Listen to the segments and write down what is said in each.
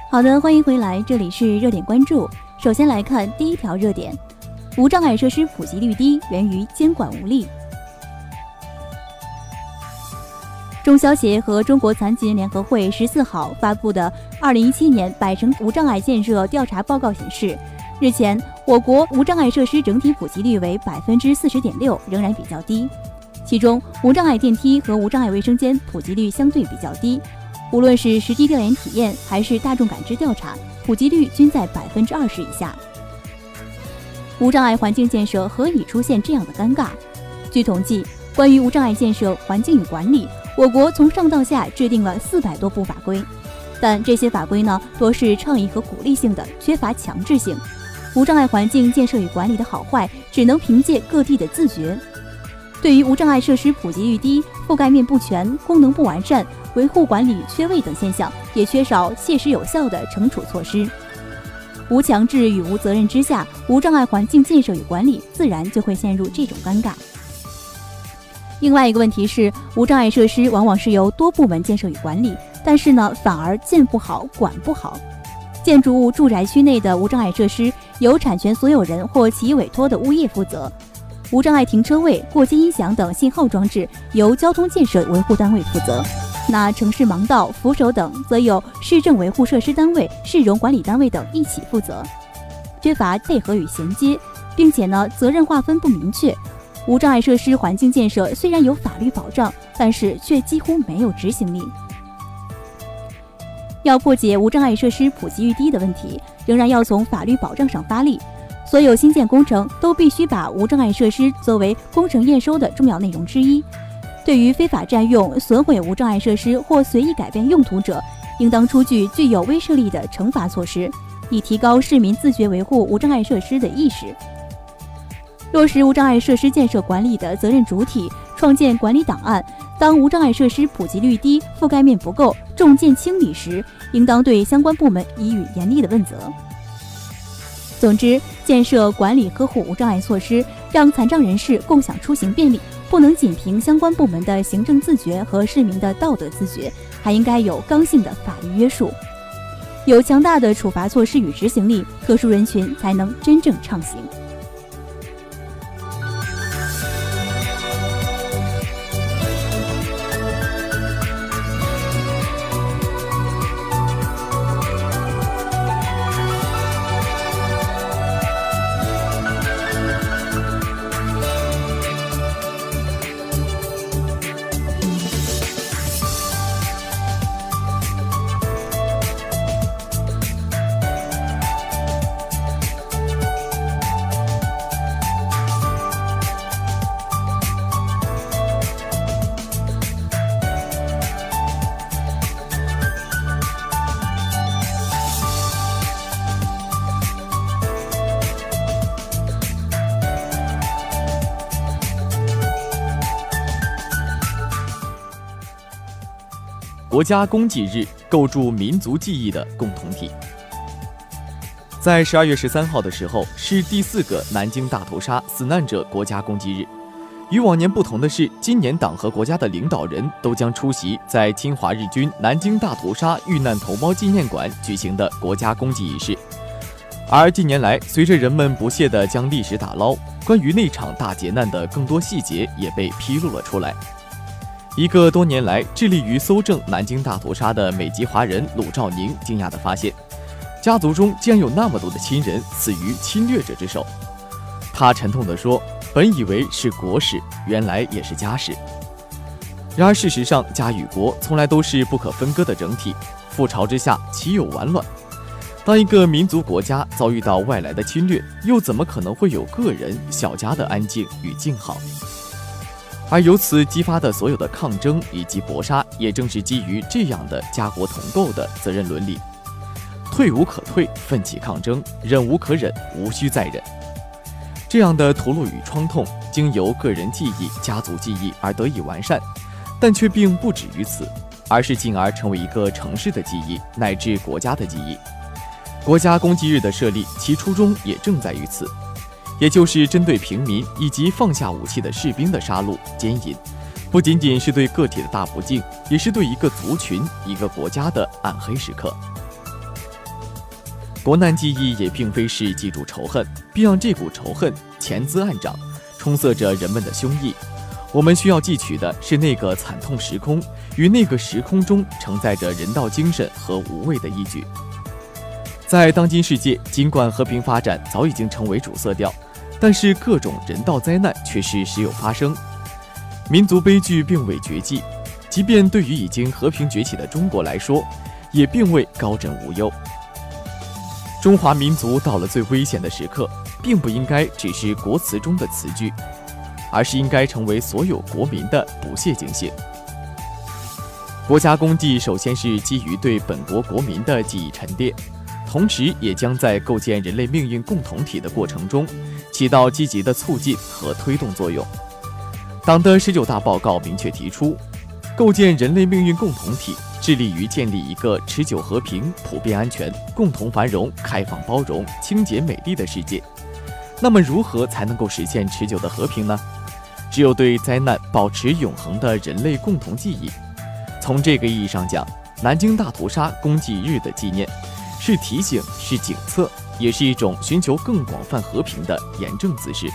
好的，欢迎回来，这里是热点关注。首先来看第一条热点，无障碍设施普及率低，源于监管无力。中消协和中国残疾人联合会14号发布的2017年百城无障碍建设调查报告显示，日前我国无障碍设施整体普及率为 40.6%， 仍然比较低。其中，无障碍电梯和无障碍卫生间普及率相对比较低，无论是实地调研体验还是大众感知调查，普及率均在 20% 以下。无障碍环境建设何以出现这样的尴尬？据统计，关于无障碍建设环境与管理，我国从上到下制定了400多部法规，但这些法规呢，多是倡议和鼓励性的，缺乏强制性。无障碍环境建设与管理的好坏，只能凭借各地的自觉。对于无障碍设施普及率低、覆盖面不全、功能不完善、维护管理缺位等现象，也缺少切实有效的惩处措施。无强制与无责任之下，无障碍环境建设与管理自然就会陷入这种尴尬。另外一个问题是，无障碍设施往往是由多部门建设与管理，但是呢，反而建不好、管不好。建筑物住宅区内的无障碍设施由产权所有人或其委托的物业负责，无障碍停车位、过街音响等信号装置由交通建设维护单位负责。那城市盲道、扶手等则由市政维护设施单位、市容管理单位等一起负责，缺乏配合与衔接，并且呢，责任划分不明确。无障碍设施环境建设虽然有法律保障，但是却几乎没有执行力。要破解无障碍设施普及率低的问题，仍然要从法律保障上发力。所有新建工程都必须把无障碍设施作为工程验收的重要内容之一。对于非法占用、损毁无障碍设施或随意改变用途者，应当出具具有威慑力的惩罚措施，以提高市民自觉维护无障碍设施的意识。落实无障碍设施建设管理的责任主体，创建管理档案。当无障碍设施普及率低、覆盖面不够、重建清理时，应当对相关部门给予严厉的问责。总之，建设、管理、呵护无障碍措施，让残障人士共享出行便利，不能仅凭相关部门的行政自觉和市民的道德自觉，还应该有刚性的法律约束，有强大的处罚措施与执行力，特殊人群才能真正畅行。 国家公祭日构筑民族记忆的共同体。在12月13号的时候，是第4个南京大屠杀死难者国家公祭日。与往年不同的是，今年党和国家的领导人都将出席在侵华日军南京大屠杀遇难同胞纪念馆举行的国家公祭仪式。而近年来，随着人们不懈地将历史打捞，关于那场大劫难的更多细节也被披露了出来。一个多年来致力于搜证南京大屠杀的美籍华人鲁兆宁惊讶地发现，家族中竟然有那么多的亲人死于侵略者之手。他沉痛地说，本以为是国史，原来也是家史。然而事实上，家与国从来都是不可分割的整体，覆巢之下岂有完卵？当一个民族国家遭遇到外来的侵略，又怎么可能会有个人小家的安静与静好？而由此激发的所有的抗争以及搏杀，也正是基于这样的家国同构的责任伦理。退无可退，奋起抗争；忍无可忍，无需再忍。这样的屠戮与创痛，经由个人记忆、家族记忆而得以完善，但却并不止于此，而是进而成为一个城市的记忆，乃至国家的记忆。国家公祭日的设立，其初衷也正在于此。也就是针对平民以及放下武器的士兵的杀戮、奸淫，不仅仅是对个体的大不敬，也是对一个族群、一个国家的暗黑时刻。 国难记忆也并非是记住仇恨，并让这股仇恨潜滋暗长，充塞着人们的胸臆。我们需要记取的是那个惨痛时空，与那个时空中承载着人道精神和无畏的义举。在当今世界，尽管和平发展早已经成为主色调，但是各种人道灾难却是时有发生，民族悲剧并未绝迹，即便对于已经和平崛起的中国来说，也并未高枕无忧。中华民族到了最危险的时刻，并不应该只是国词中的词句，而是应该成为所有国民的不懈警醒。国家公祭首先是基于对本国国民的记忆沉淀，同时也将在构建人类命运共同体的过程中起到积极的促进和推动作用。党的19大报告明确提出，构建人类命运共同体，致力于建立一个持久和平、普遍安全、共同繁荣、开放包容、清洁美丽的世界。那么如何才能够实现持久的和平呢？只有对灾难保持永恒的人类共同记忆。从这个意义上讲，南京大屠杀公祭日的纪念是提醒，是警策，也是一种寻求更广泛和平的严正姿势。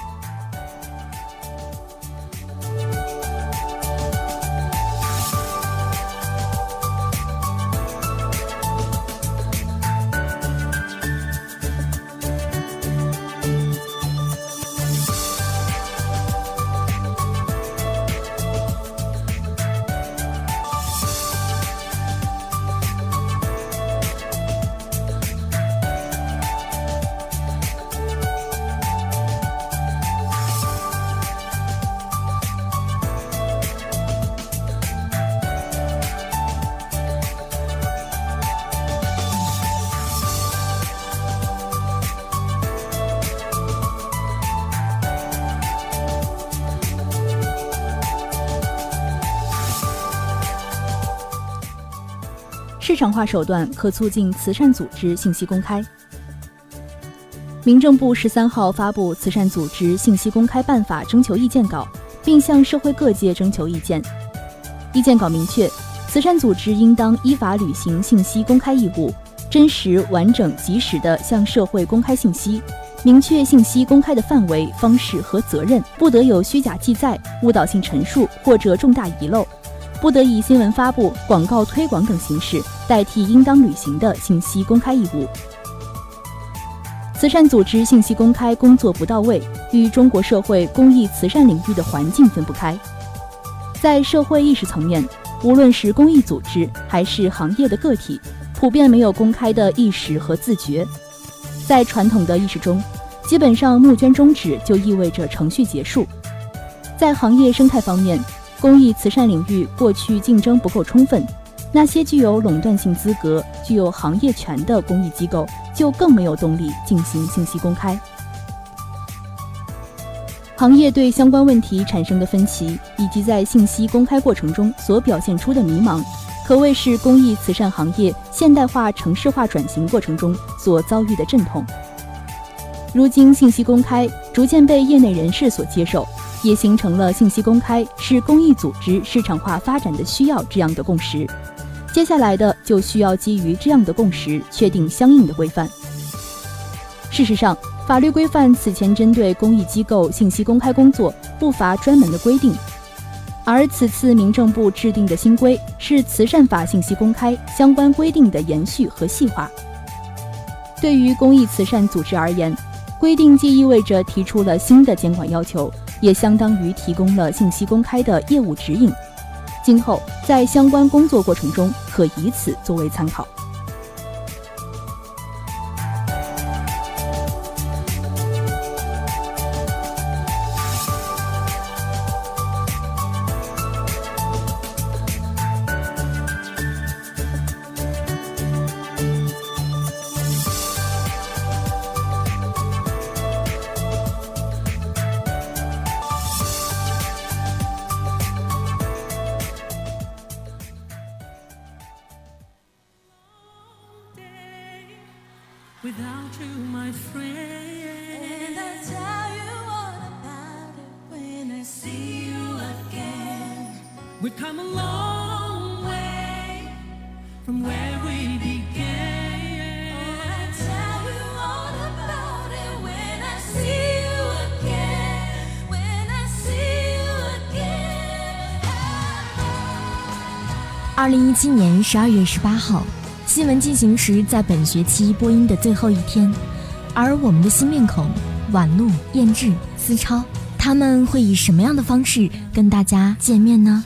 市场化手段可促进慈善组织信息公开。民政部13号发布《慈善组织信息公开办法》征求意见稿，并向社会各界征求意见。意见稿明确，慈善组织应当依法履行信息公开义务，真实、完整、及时地向社会公开信息，明确信息公开的范围、方式和责任，不得有虚假记载、误导性陈述或者重大遗漏，不得以新闻发布、广告推广等形式代替应当履行的信息公开义务。慈善组织信息公开工作不到位，与中国社会公益慈善领域的环境分不开。在社会意识层面，无论是公益组织还是行业的个体，普遍没有公开的意识和自觉。在传统的意识中，基本上募捐终止就意味着程序结束。在行业生态方面，公益慈善领域过去竞争不够充分，那些具有垄断性资格、具有行业权的公益机构就更没有动力进行信息公开。行业对相关问题产生的分歧，以及在信息公开过程中所表现出的迷茫，可谓是公益慈善行业现代化城市化转型过程中所遭遇的阵痛。如今信息公开逐渐被业内人士所接受，也形成了信息公开是公益组织市场化发展的需要这样的共识。接下来的就需要基于这样的共识确定相应的规范。事实上，法律规范此前针对公益机构信息公开工作不乏专门的规定，而此次民政部制定的新规是慈善法信息公开相关规定的延续和细化。对于公益慈善组织而言，规定既意味着提出了新的监管要求，也相当于提供了信息公开的业务指引，今后在相关工作过程中可以此作为参考。 Without you, my friend, and I tell you all about it when I see you again. We've come a long way from where we began. Oh, I tell you 2017年12月18号，新闻进行时在本学期播音的最后一天，而我们的新面孔婉露、燕志、思超，他们会以什么样的方式跟大家见面呢？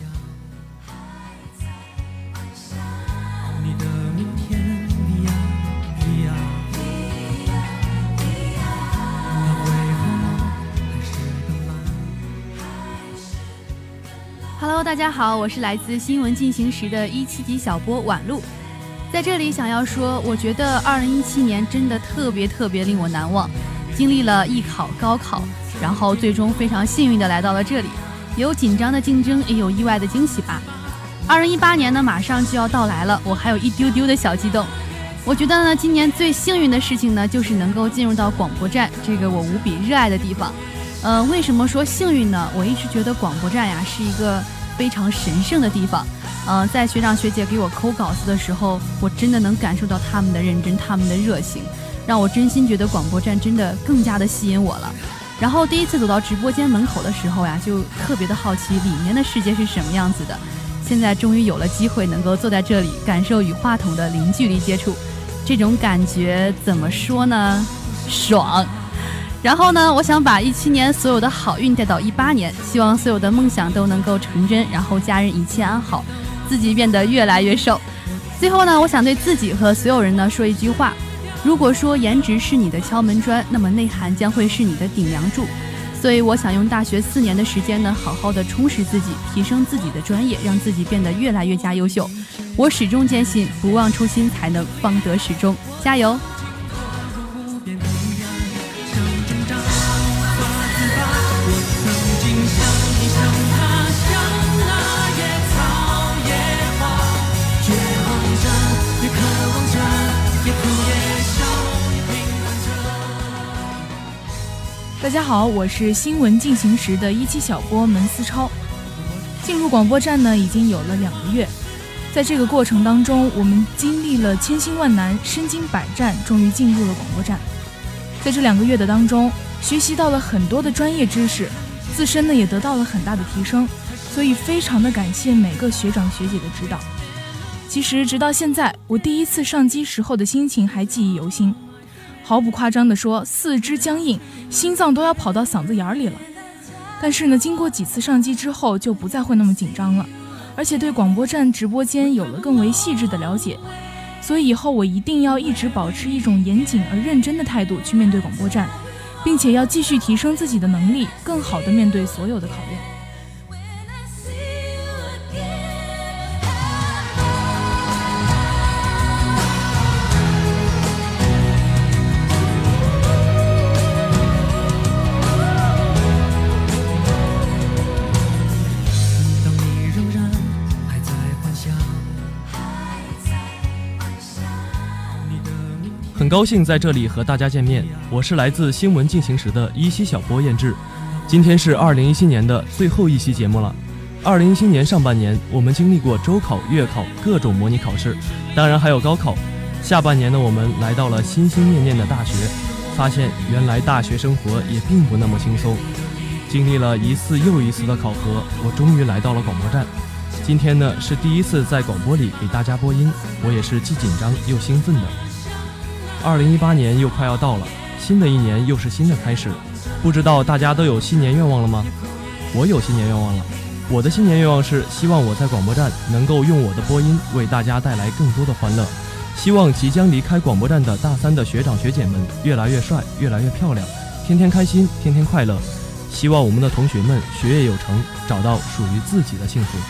Hello， 大家好，我是来自新闻进行时的17级小播婉露，在这里想要说，我觉得2017年真的特别令我难忘，经历了艺考、高考，然后最终非常幸运的来到了这里，有紧张的竞争，也有意外的惊喜吧。2018年呢，马上就要到来了，我还有一丢丢的小激动。我觉得呢，今年最幸运的事情呢，就是能够进入到广播站这个我无比热爱的地方。为什么说幸运呢？我一直觉得广播站呀是一个非常神圣的地方。在学长学姐给我抠稿子的时候，我真的能感受到他们的认真，他们的热情，让我真心觉得广播站真的更加的吸引我了。然后第一次走到直播间门口的时候呀，就特别的好奇里面的世界是什么样子的。现在终于有了机会能够坐在这里，感受与话筒的零距离接触，这种感觉怎么说呢？爽！然后呢，我想把17年所有的好运带到18年，希望所有的梦想都能够成真，然后家人一切安好，自己变得越来越瘦。最后呢，我想对自己和所有人呢说一句话：如果说颜值是你的敲门砖，那么内涵将会是你的顶梁柱。所以我想用大学4年的时间呢，好好的充实自己，提升自己的专业，让自己变得越来越加优秀。我始终坚信，不忘初心才能方得始终，加油！ 大家好，我是新闻进行时的17小播门思超。进入广播站呢，已经有了2个月。在这个过程当中，我们经历了千辛万难，身经百战，终于进入了广播站。在这2个月的当中，学习到了很多的专业知识，自身呢也得到了很大的提升，所以非常的感谢每个学长学姐的指导。其实直到现在，我第一次上机时候的心情还记忆犹新。毫不夸张地说，四肢僵硬，心脏都要跑到嗓子眼里了。但是呢，经过几次上机之后，就不再会那么紧张了，而且对广播站直播间有了更为细致的了解。所以以后我一定要一直保持一种严谨而认真的态度去面对广播站，并且要继续提升自己的能力，更好地面对所有的考验。 很高兴在这里和大家见面，我是来自新闻进行时的17小播燕志。今天是2017年的最后一期节目了。2017年上半年，我们经历过周考、月考各种模拟考试，当然还有高考。下半年呢，我们来到了心心念念的大学，发现原来大学生活也并不那么轻松。经历了一次又一次的考核，我终于来到了广播站。今天呢，是第一次在广播里给大家播音，我也是既紧张又兴奋的。2018年又快要到了，新的一年又是新的开始，不知道大家都有新年愿望了吗？我有新年愿望了，我的新年愿望是希望我在广播站能够用我的播音为大家带来更多的欢乐，希望即将离开广播站的大3的学长学姐们越来越帅，越来越漂亮，天天开心，天天快乐，希望我们的同学们学业有成，找到属于自己的幸福。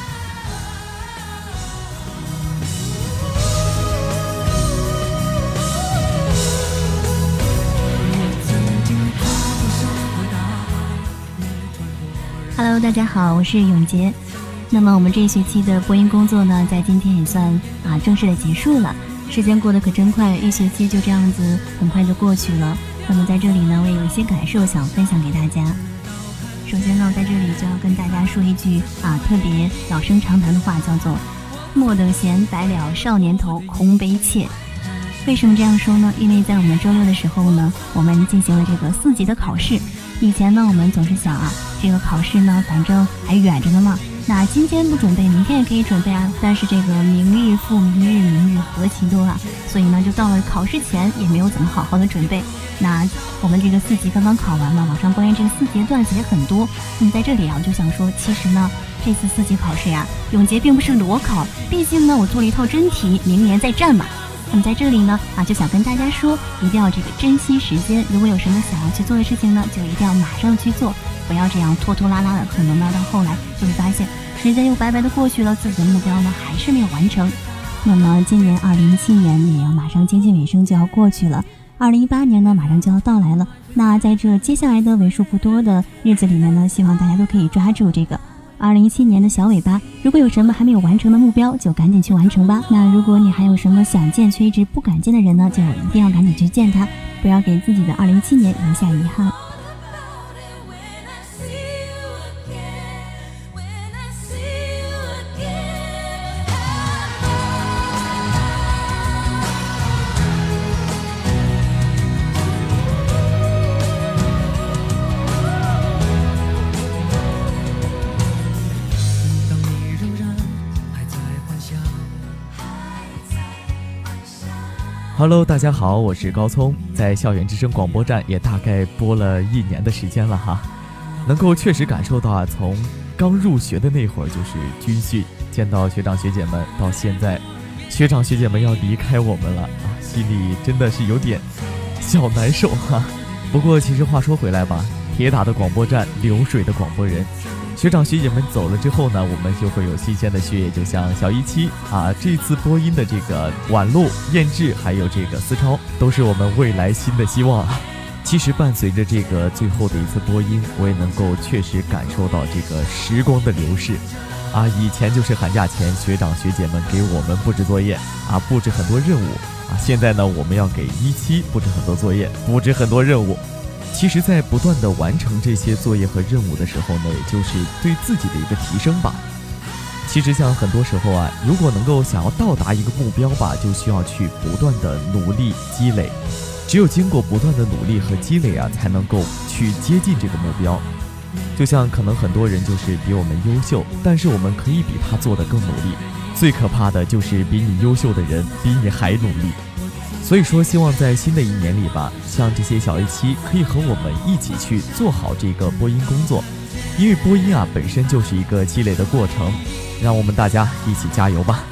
Hello， 大家好，我是永杰。那么我们这一学期的播音工作呢，在今天也算正式的结束了。时间过得可真快，一学期就这样子很快就过去了。那么在这里呢，我也有一些感受想分享给大家。首先呢，我在这里就要跟大家说一句特别老生常谈的话，叫做莫等闲，白了少年头，空悲切。为什么这样说呢？因为在我们周6的时候呢，我们进行了这个4级的考试。以前呢，我们总是想这个考试呢，反正还远着呢嘛， 那今天不准备，明天也可以准备啊。但是这个明日复明日，明日何其多啊！所以呢，就到了考试前也没有怎么好好的准备。那我们这个4级刚刚考完嘛，网上关于这个4节段子也很多。那么在这里啊，我就想说，其实呢，这次4级考试呀，永杰并不是裸考，毕竟呢，我做了一套真题，明年再战嘛。那么在这里呢，就想跟大家说，一定要这个珍惜时间。如果有什么想要去做的事情呢，就一定要马上去做，不要这样拖拖拉拉的，可能呢到后来就会发现时间又白白的过去了，自己的目标呢还是没有完成。那么今年2017年也要马上接近尾声，就要过去了。2018年呢马上就要到来了。那在这接下来的为数不多的日子里面呢，希望大家都可以抓住这个2017年的小尾巴，如果有什么还没有完成的目标，就赶紧去完成吧。那如果你还有什么想见却一直不敢见的人呢，就一定要赶紧去见他，不要给自己的2017年留下遗憾。 Hello， 大家好，我是高聪，在校园之声广播站也大概播了1年的时间了哈，能够确实感受到从刚入学的那会儿就是军训，见到学长学姐们，到现在学长学姐们要离开我们了心里真的是有点小难受哈。不过其实话说回来吧，铁打的广播站，流水的广播人。学长学姐们走了之后呢，我们就会有新鲜的血液，就像小17这次播音的这个宛露、燕志还有这个思超，都是我们未来新的希望。其实伴随着这个最后的一次播音，我也能够确实感受到这个时光的流逝以前就是寒假前学长学姐们给我们布置作业布置很多任务现在呢我们要给17布置很多作业，布置很多任务。其实在不断的完成这些作业和任务的时候呢，也就是对自己的一个提升吧。其实像很多时候如果能够想要到达一个目标吧，就需要去不断的努力积累，只有经过不断的努力和积累才能够去接近这个目标。就像可能很多人就是比我们优秀，但是我们可以比他做得更努力，最可怕的就是比你优秀的人比你还努力。所以说希望在新的1年里吧，像这些小17可以和我们一起去做好这个播音工作，因为播音本身就是一个积累的过程，让我们大家一起加油吧。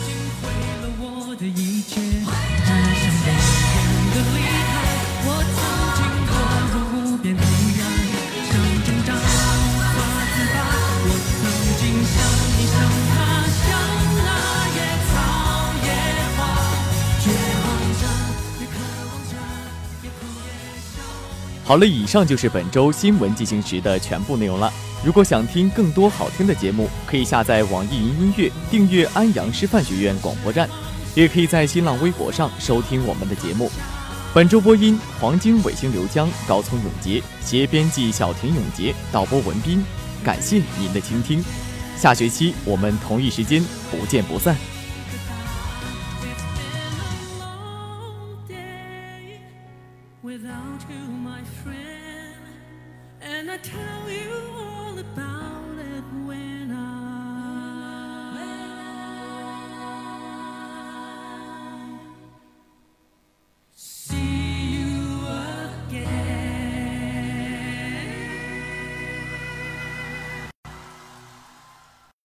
好了，以上就是本周新闻进行时的全部内容了。如果想听更多好听的节目，可以下载网易云音乐，订阅安阳师范学院广播站，也可以在新浪微博上收听我们的节目。本周播音：黄金、伟星、刘江、高聪、永杰，协编辑小田永杰，导播文斌。感谢您的倾听，下学期我们同一时间不见不散。 Without you, my friend, and I tell you